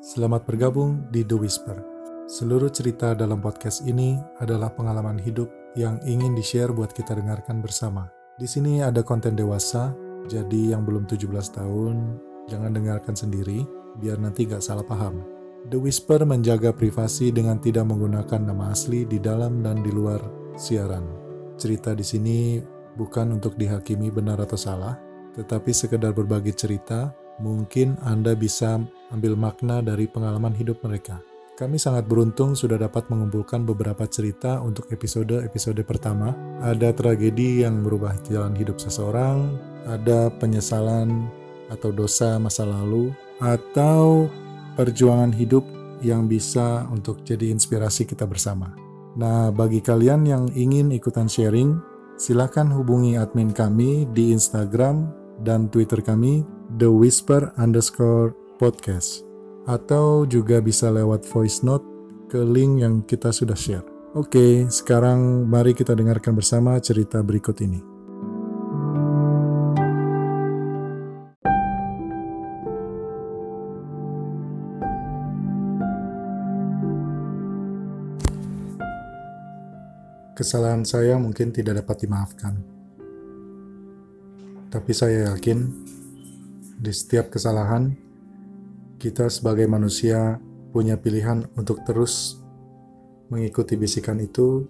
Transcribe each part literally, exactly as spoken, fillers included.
Selamat bergabung di The Whisper. Seluruh cerita dalam podcast ini adalah pengalaman hidup yang ingin di-share buat kita dengarkan bersama. Di sini ada konten dewasa, jadi yang belum tujuh belas tahun jangan dengarkan sendiri, biar nanti gak salah paham. The Whisper menjaga privasi dengan tidak menggunakan nama asli di dalam dan di luar siaran. Cerita di sini bukan untuk dihakimi benar atau salah, tetapi sekedar berbagi cerita. Mungkin Anda bisa ambil makna dari pengalaman hidup mereka. Kami sangat beruntung sudah dapat mengumpulkan beberapa cerita untuk episode-episode pertama. Ada tragedi yang merubah jalan hidup seseorang, ada penyesalan atau dosa masa lalu, atau perjuangan hidup yang bisa untuk jadi inspirasi kita bersama. Nah, bagi kalian yang ingin ikutan sharing, silakan hubungi admin kami di Instagram dan Twitter kami The Whisper underscore podcast, atau juga bisa lewat voice note ke link yang kita sudah share. Oke, sekarang mari kita dengarkan bersama cerita berikut ini. Kesalahan saya mungkin tidak dapat dimaafkan, tapi saya yakin di setiap kesalahan, kita sebagai manusia punya pilihan untuk terus mengikuti bisikan itu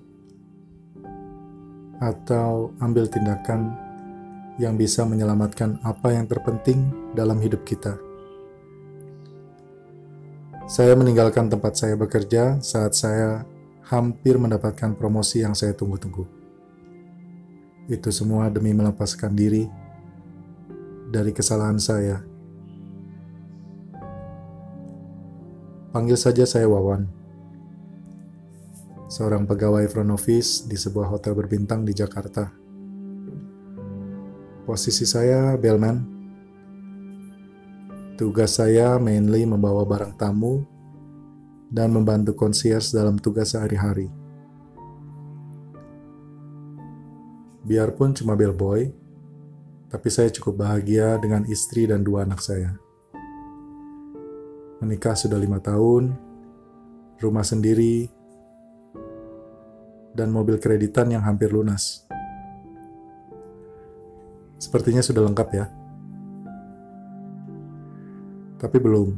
atau ambil tindakan yang bisa menyelamatkan apa yang terpenting dalam hidup kita. Saya meninggalkan tempat saya bekerja saat saya hampir mendapatkan promosi yang saya tunggu-tunggu. Itu semua demi melepaskan diri dari kesalahan saya. Panggil saja saya Wawan, seorang pegawai front office di sebuah hotel berbintang di Jakarta. Posisi saya bellman. Tugas saya mainly membawa barang tamu dan membantu concierge dalam tugas sehari-hari. Biarpun cuma bellboy, tapi saya cukup bahagia dengan istri dan dua anak saya. Menikah sudah lima tahun, rumah sendiri, dan mobil kreditan yang hampir lunas. Sepertinya sudah lengkap ya. Tapi belum.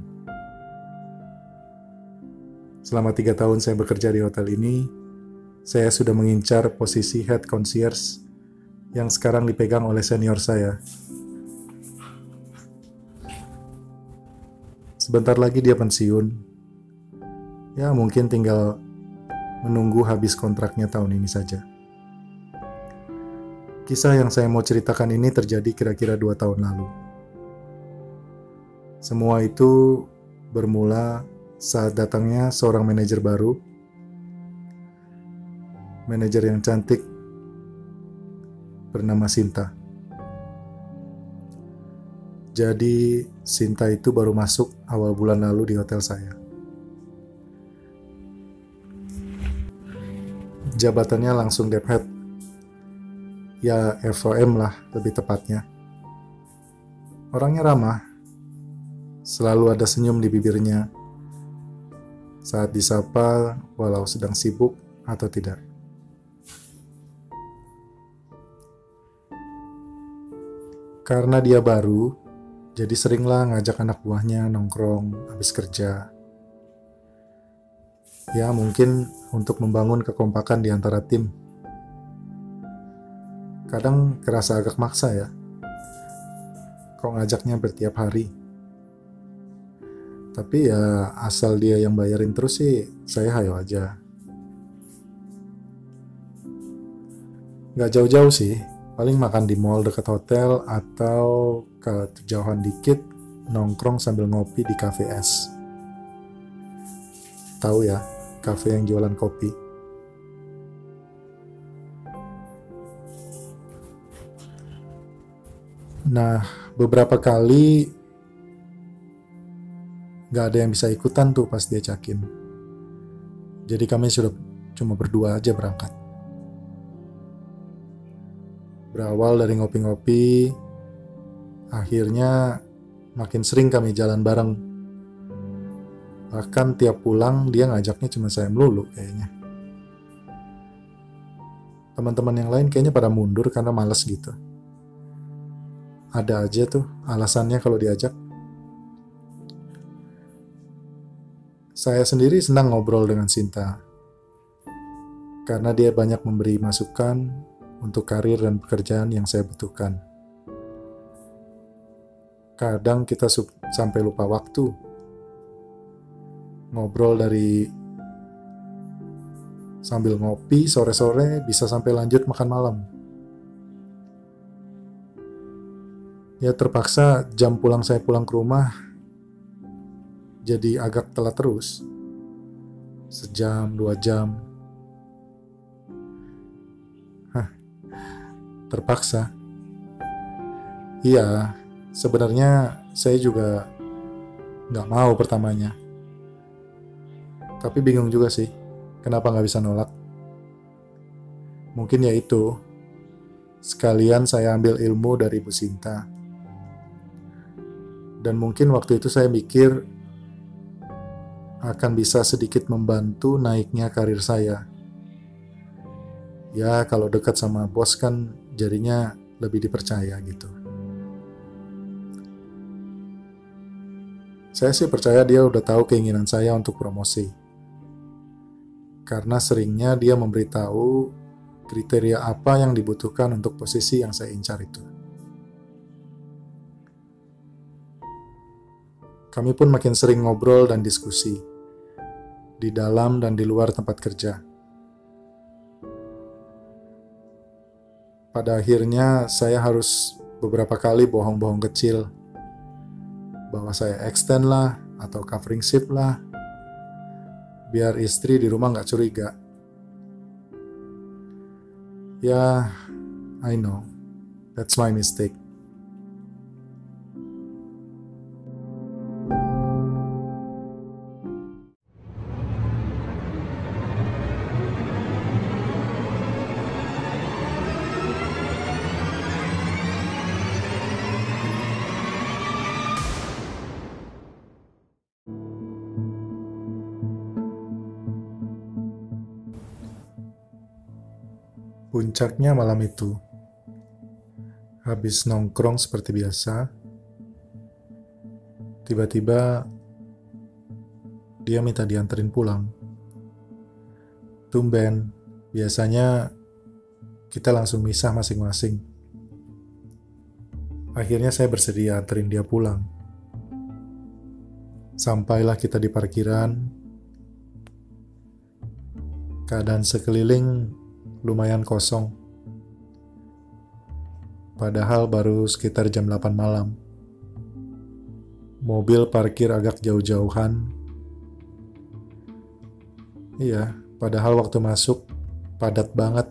Selama tiga tahun saya bekerja di hotel ini, saya sudah mengincar posisi head concierge yang sekarang dipegang oleh senior saya. Sebentar lagi dia pensiun. Ya, mungkin tinggal menunggu habis kontraknya tahun ini saja. Kisah yang saya mau ceritakan ini terjadi kira-kira dua tahun lalu. Semua itu bermula saat datangnya seorang manajer baru. Manajer yang cantik bernama Sinta. Jadi Sinta itu baru masuk awal bulan lalu di hotel saya. Jabatannya langsung dep head. Ya F O M lah lebih tepatnya. Orangnya ramah. Selalu ada senyum di bibirnya saat disapa walau sedang sibuk atau tidak. Karena dia baru, jadi seringlah ngajak anak buahnya nongkrong habis kerja. Ya, mungkin untuk membangun kekompakan di antara tim. Kadang kerasa agak maksa ya. Kok ngajaknya bertiap hari. Tapi ya asal dia yang bayarin terus sih, saya hayo aja. Gak jauh-jauh sih. Paling makan di mall dekat hotel atau ke jauhan dikit nongkrong sambil ngopi di cafe es. Tahu ya, cafe yang jualan kopi. Nah, beberapa kali gak ada yang bisa ikutan tuh pas dia check-in. Jadi kami sudah cuma berdua aja berangkat. Berawal dari ngopi-ngopi, akhirnya makin sering kami jalan bareng Bahkan tiap pulang dia ngajaknya cuma saya melulu kayaknya. Teman-teman yang lain kayaknya pada mundur karena males gitu. Ada aja tuh alasannya kalau diajak. Saya sendiri senang ngobrol dengan Sinta, karena dia banyak memberi masukan untuk karir dan pekerjaan yang saya butuhkan. Kadang kita sampai lupa waktu. Ngobrol dari sambil ngopi sore-sore bisa sampai lanjut makan malam. Ya terpaksa jam pulang saya pulang ke rumah jadi agak telat terus. Sejam, dua jam. Hah, terpaksa. Iya, sebenarnya saya juga nggak mau pertamanya. Tapi bingung juga sih, kenapa nggak bisa nolak. Mungkin ya itu, sekalian saya ambil ilmu dari Bu Sinta. Dan mungkin waktu itu saya mikir akan bisa sedikit membantu naiknya karir saya. Ya kalau dekat sama bos kan jadinya lebih dipercaya gitu. Saya sih percaya dia udah tahu keinginan saya untuk promosi. Karena seringnya dia memberitahu kriteria apa yang dibutuhkan untuk posisi yang saya incar itu. Kami pun makin sering ngobrol dan diskusi, di dalam dan di luar tempat kerja. Pada akhirnya saya harus beberapa kali bohong-bohong kecil, bahwa saya extend lah, atau covering shift lah, biar istri di rumah nggak curiga. Ya, I know, that's my mistake. Puncaknya malam itu, habis nongkrong seperti biasa, tiba-tiba dia minta dianterin pulang. Tumben, biasanya kita langsung misah masing-masing. Akhirnya saya bersedia anterin dia pulang. Sampailah kita di parkiran. Keadaan sekeliling lumayan kosong. Padahal baru sekitar jam delapan malam. Mobil parkir agak jauh-jauhan. Iya, padahal waktu masuk padat banget.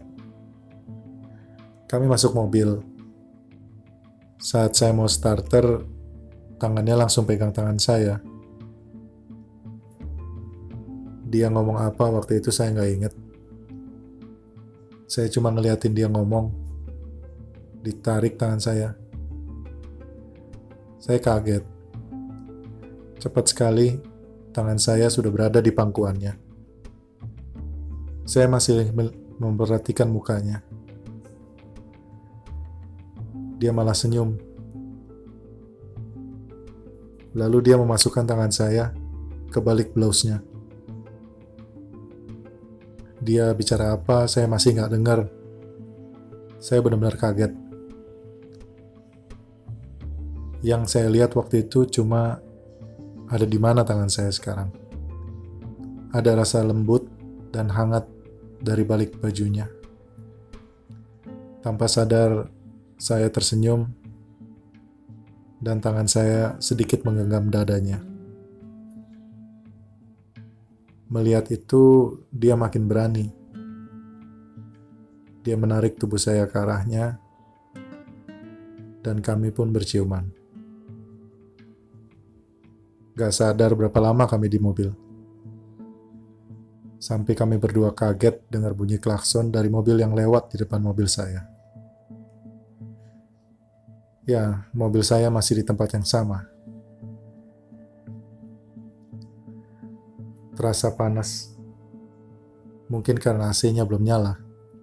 Kami masuk mobil. Saat saya mau starter, tangannya langsung pegang tangan saya. Dia ngomong apa waktu itu saya nggak inget. Saya cuma ngeliatin dia ngomong, ditarik tangan saya. Saya kaget. Cepat sekali, tangan saya sudah berada di pangkuannya. Saya masih memperhatikan mukanya. Dia malah senyum. Lalu dia memasukkan tangan saya ke balik blouse-nya. Dia bicara apa, saya masih nggak dengar. Saya benar-benar kaget. Yang saya lihat waktu itu cuma ada di mana tangan saya sekarang. Ada rasa lembut dan hangat dari balik bajunya. Tanpa sadar, saya tersenyum dan tangan saya sedikit menggenggam dadanya. Melihat itu, dia makin berani. Dia menarik tubuh saya ke arahnya, dan kami pun berciuman. Gak sadar berapa lama kami di mobil. Sampai kami berdua kaget dengar bunyi klakson dari mobil yang lewat di depan mobil saya. Ya, mobil saya masih di tempat yang sama. terasa panas. Mungkin karena A C-nya belum nyala.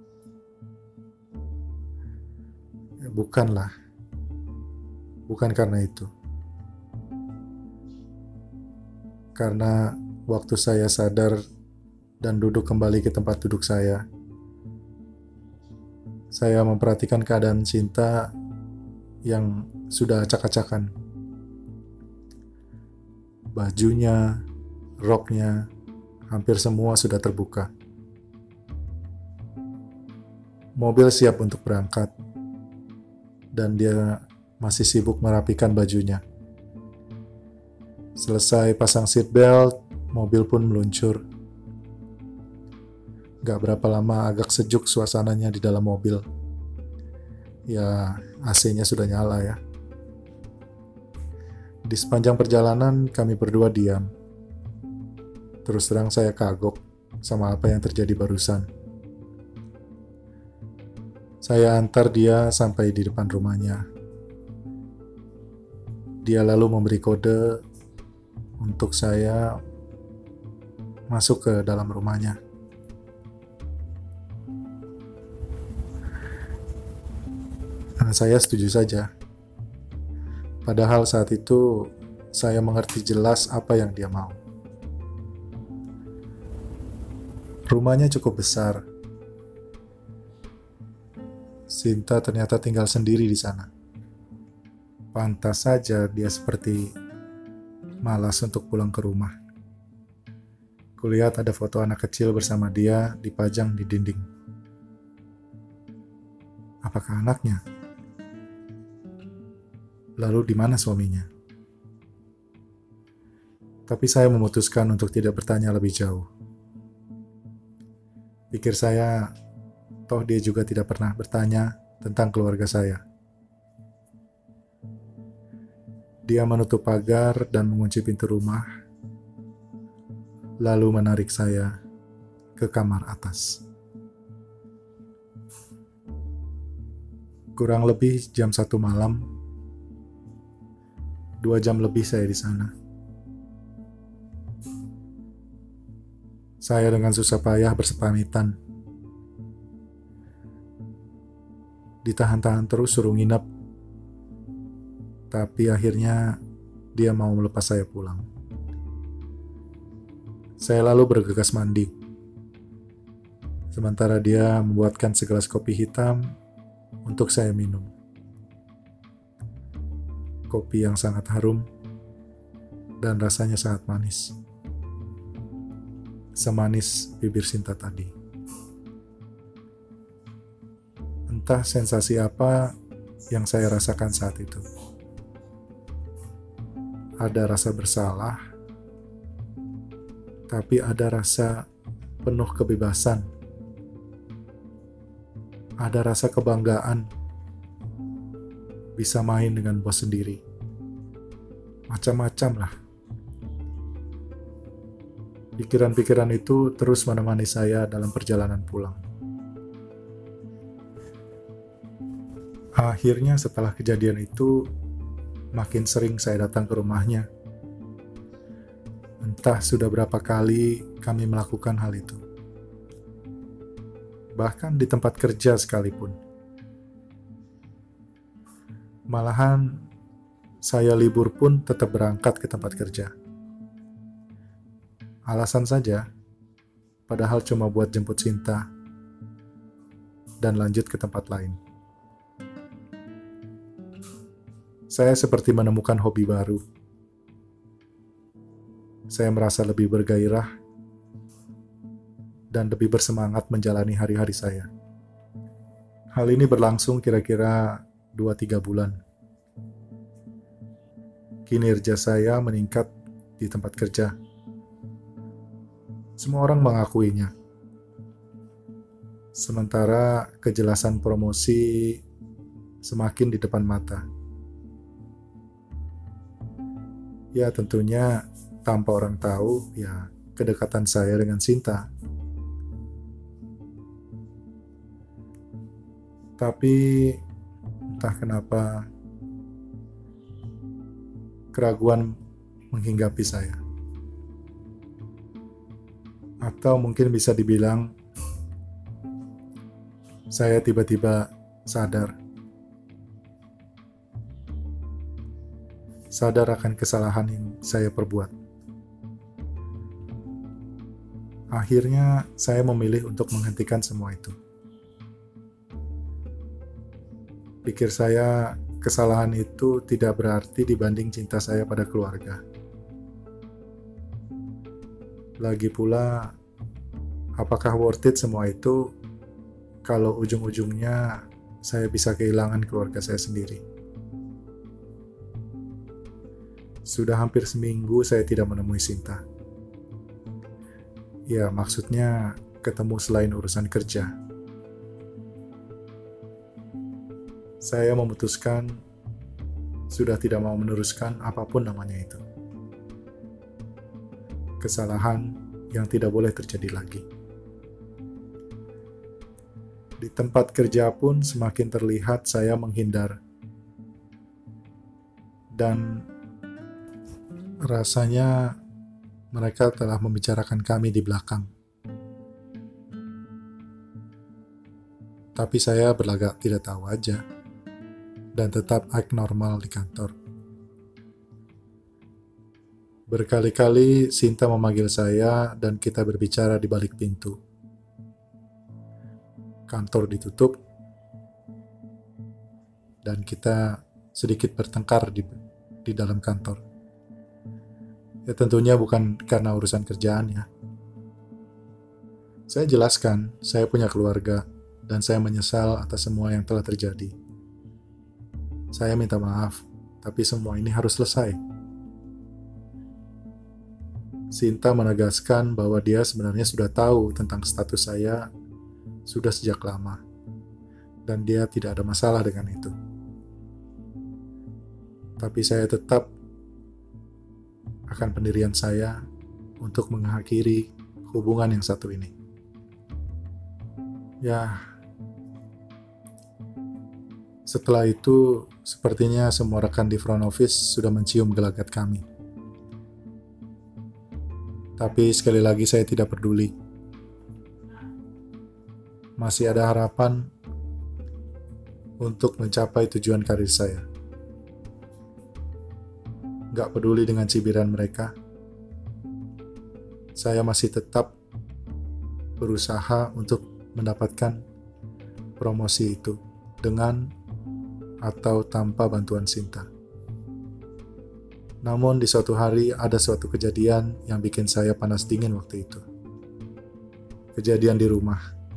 Ya, bukanlah. Bukan karena itu. Karena waktu saya sadar dan duduk kembali ke tempat duduk saya, saya memperhatikan keadaan Sinta yang sudah acak-acakan. Bajunya, roknya, hampir semua sudah terbuka. Mobil siap untuk berangkat, dan dia masih sibuk merapikan bajunya. Selesai pasang seatbelt, mobil pun meluncur. Gak berapa lama agak sejuk suasananya di dalam mobil. Ya, A C-nya sudah nyala ya. Di sepanjang perjalanan kami berdua diam. Terus terang saya kagok sama apa yang terjadi barusan. Saya antar dia sampai di depan rumahnya. Dia lalu memberi kode untuk saya masuk ke dalam rumahnya. Dan saya setuju saja. Padahal saat itu saya mengerti jelas apa yang dia mau. Rumahnya cukup besar. Sinta ternyata tinggal sendiri di sana. Pantas saja dia seperti malas untuk pulang ke rumah. Kulihat ada foto anak kecil bersama dia dipajang di dinding. Apakah anaknya? Lalu di mana suaminya? Tapi saya memutuskan untuk tidak bertanya lebih jauh. Pikir saya, toh dia juga tidak pernah bertanya tentang keluarga saya. Dia menutup pagar dan mengunci pintu rumah, lalu menarik saya ke kamar atas. Kurang lebih jam satu malam, dua jam lebih saya di sana. Saya dengan susah payah bersepamitan. Ditahan-tahan terus suruh nginep. Tapi akhirnya dia mau melepas saya pulang. Saya lalu bergegas mandi. Sementara dia membuatkan segelas kopi hitam untuk saya minum. Kopi yang sangat harum dan rasanya sangat manis. Semanis bibir Sinta tadi. Entah sensasi apa yang saya rasakan saat itu. Ada rasa bersalah, tapi ada rasa penuh kebebasan. Ada rasa kebanggaan bisa main dengan bos sendiri. Macam-macam lah. Pikiran-pikiran itu terus menemani saya dalam perjalanan pulang. Akhirnya setelah kejadian itu, makin sering saya datang ke rumahnya. Entah sudah berapa kali kami melakukan hal itu. Bahkan di tempat kerja sekalipun. Malahan, saya libur pun tetap berangkat ke tempat kerja. Alasan saja, padahal cuma buat jemput Sinta dan lanjut ke tempat lain. Saya seperti menemukan hobi baru. Saya merasa lebih bergairah dan lebih bersemangat menjalani hari-hari saya. Hal ini berlangsung kira-kira dua tiga bulan. Kinerja saya meningkat di tempat kerja. Semua orang mengakuinya. Sementara kejelasan promosi semakin di depan mata. Ya tentunya tanpa orang tahu, ya kedekatan saya dengan Sinta. Tapi entah kenapa keraguan menghinggapi saya. Atau mungkin bisa dibilang saya tiba-tiba sadar. Sadar akan kesalahan yang saya perbuat. Akhirnya saya memilih untuk menghentikan semua itu. Pikir saya, kesalahan itu tidak berarti dibanding cinta saya pada keluarga. Lagi pula, apakah worth it semua itu kalau ujung-ujungnya saya bisa kehilangan keluarga saya sendiri? Sudah hampir seminggu saya tidak menemui Sinta. Ya, maksudnya ketemu selain urusan kerja. Saya memutuskan sudah tidak mau meneruskan apapun namanya itu. Kesalahan yang tidak boleh terjadi lagi. Di tempat kerja pun semakin terlihat saya menghindar. Dan rasanya mereka telah membicarakan kami di belakang. Tapi saya berlagak tidak tahu aja. Dan tetap act normal di kantor. Berkali-kali Sinta memanggil saya dan kita berbicara di balik pintu. Kantor ditutup dan kita sedikit bertengkar di, di dalam kantor. Ya tentunya bukan karena urusan kerjaan ya. Saya jelaskan, saya punya keluarga dan saya menyesal atas semua yang telah terjadi. Saya minta maaf, tapi semua ini harus selesai. Sinta menegaskan bahwa dia sebenarnya sudah tahu tentang status saya sudah sejak lama, dan dia tidak ada masalah dengan itu. Tapi saya tetap akan pendirian saya untuk mengakhiri hubungan yang satu ini. Ya, setelah itu sepertinya semua rekan di front office sudah mencium gelagat kami. Tapi sekali lagi saya tidak peduli. Masih ada harapan untuk mencapai tujuan karir saya. Gak peduli dengan cibiran mereka. Saya masih tetap berusaha untuk mendapatkan promosi itu dengan atau tanpa bantuan Sinta. Namun di suatu hari ada suatu kejadian yang bikin saya panas dingin waktu itu. Kejadian di rumah.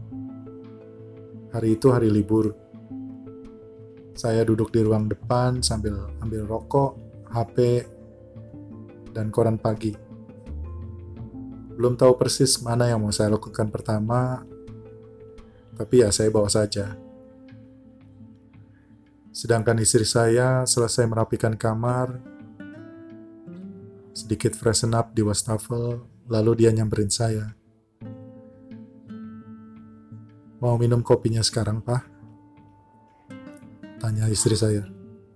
Hari itu hari libur. Saya duduk di ruang depan sambil ambil rokok, H P, dan koran pagi. Belum tahu persis mana yang mau saya lakukan pertama, tapi ya saya bawa saja. Sedangkan istri saya selesai merapikan kamar, sedikit freshen up di wastafel, lalu dia nyamperin saya. Mau minum kopinya sekarang, Pak? Tanya istri saya.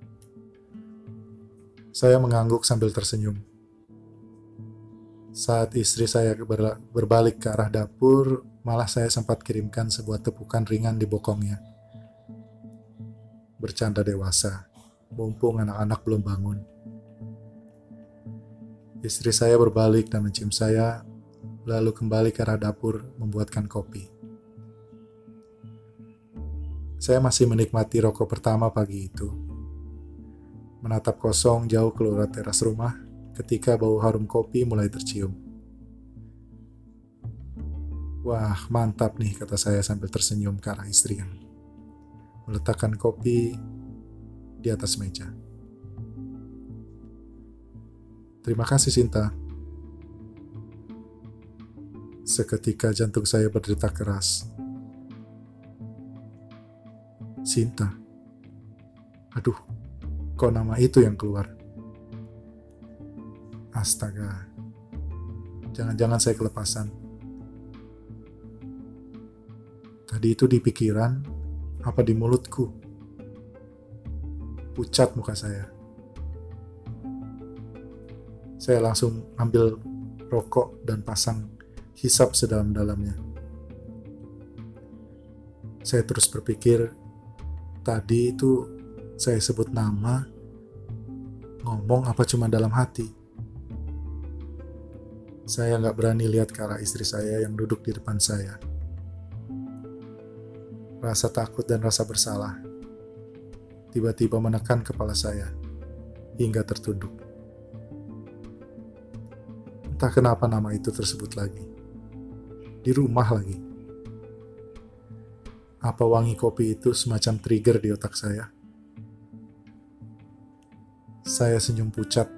Saya mengangguk sambil tersenyum. Saat istri saya berbalik ke arah dapur, malah saya sempat kirimkan sebuah tepukan ringan di bokongnya. Bercanda dewasa, mumpung anak-anak belum bangun. Istri saya berbalik dan mencium saya, lalu kembali ke arah dapur membuatkan kopi. Saya masih menikmati rokok pertama pagi itu. Menatap kosong jauh keluar teras rumah ketika bau harum kopi mulai tercium. Wah, mantap nih, kata saya sambil tersenyum ke arah istri yang meletakkan kopi di atas meja. Terima kasih, Sinta. Seketika jantung saya berdetak keras. Sinta. Aduh, kok nama itu yang keluar? Astaga. Jangan-jangan saya kelepasan. Tadi itu di pikiran, apa di mulutku? Pucat muka saya. Saya langsung ambil rokok dan pasang hisap sedalam-dalamnya. Saya terus berpikir, tadi itu saya sebut nama, ngomong apa cuma dalam hati. Saya nggak berani lihat ke arah istri saya yang duduk di depan saya. Rasa takut dan rasa bersalah tiba-tiba menekan kepala saya hingga tertunduk. Entah kenapa nama itu tersebut lagi. Di rumah lagi. Apa wangi kopi itu semacam trigger di otak saya? Saya senyum pucat.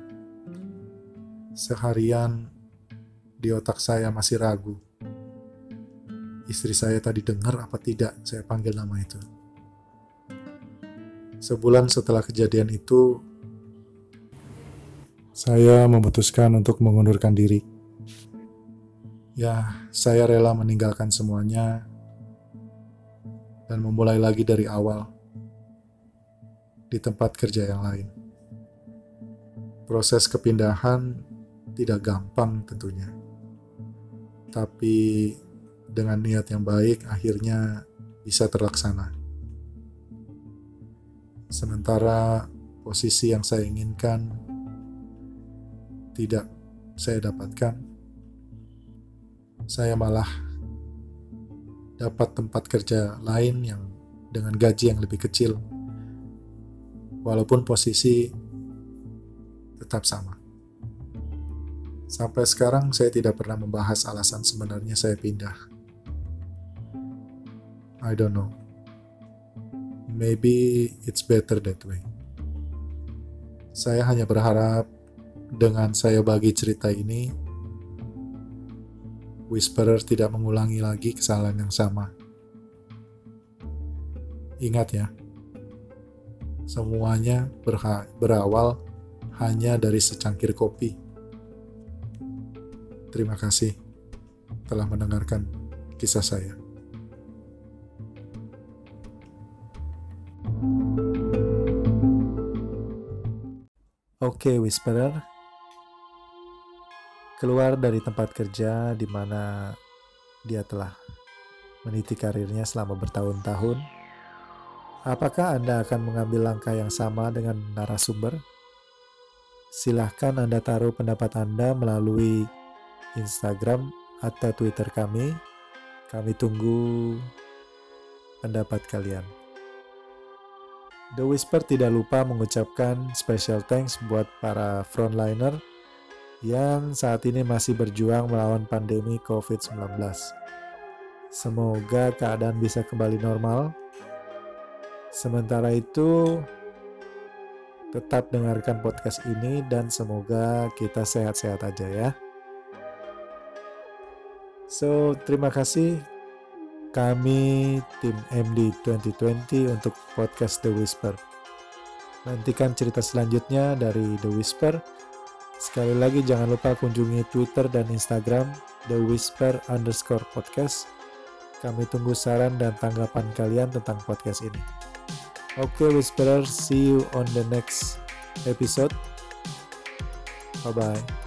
Seharian di otak saya masih ragu. Istri saya tadi dengar apa tidak saya panggil nama itu. Sebulan setelah kejadian itu, saya memutuskan untuk mengundurkan diri. Ya, saya rela meninggalkan semuanya dan memulai lagi dari awal di tempat kerja yang lain. Proses kepindahan tidak gampang tentunya. Tapi dengan niat yang baik akhirnya bisa terlaksana. Sementara posisi yang saya inginkan tidak saya dapatkan, saya malah dapat tempat kerja lain yang dengan gaji yang lebih kecil, walaupun posisi tetap sama. Sampai sekarang saya tidak pernah membahas alasan sebenarnya saya pindah. I don't know. Maybe it's better that way. Saya hanya berharap dengan saya bagi cerita ini, Whisperer tidak mengulangi lagi kesalahan yang sama. Ingat ya, semuanya berha- berawal hanya dari secangkir kopi. Terima kasih telah mendengarkan kisah saya. Oke, Whisperer. Keluar dari tempat kerja di mana dia telah meniti karirnya selama bertahun-tahun. Apakah Anda akan mengambil langkah yang sama dengan narasumber? Silahkan Anda taruh pendapat Anda melalui Instagram atau Twitter kami. Kami tunggu pendapat kalian. The Whisper tidak lupa mengucapkan special thanks buat para frontliner yang saat ini masih berjuang melawan pandemi covid sembilan belas. Semoga keadaan bisa kembali normal. Sementara itu, tetap dengarkan podcast ini dan semoga kita sehat-sehat aja ya. So, terima kasih kami tim M D dua ribu dua puluh untuk podcast The Whisper. Nantikan cerita selanjutnya dari The Whisper. Sekali lagi jangan lupa kunjungi Twitter dan Instagram The Whisper underscore podcast. Kami tunggu saran dan tanggapan kalian tentang podcast ini. Oke okay, Whisperer, see you on the next episode. Bye-bye.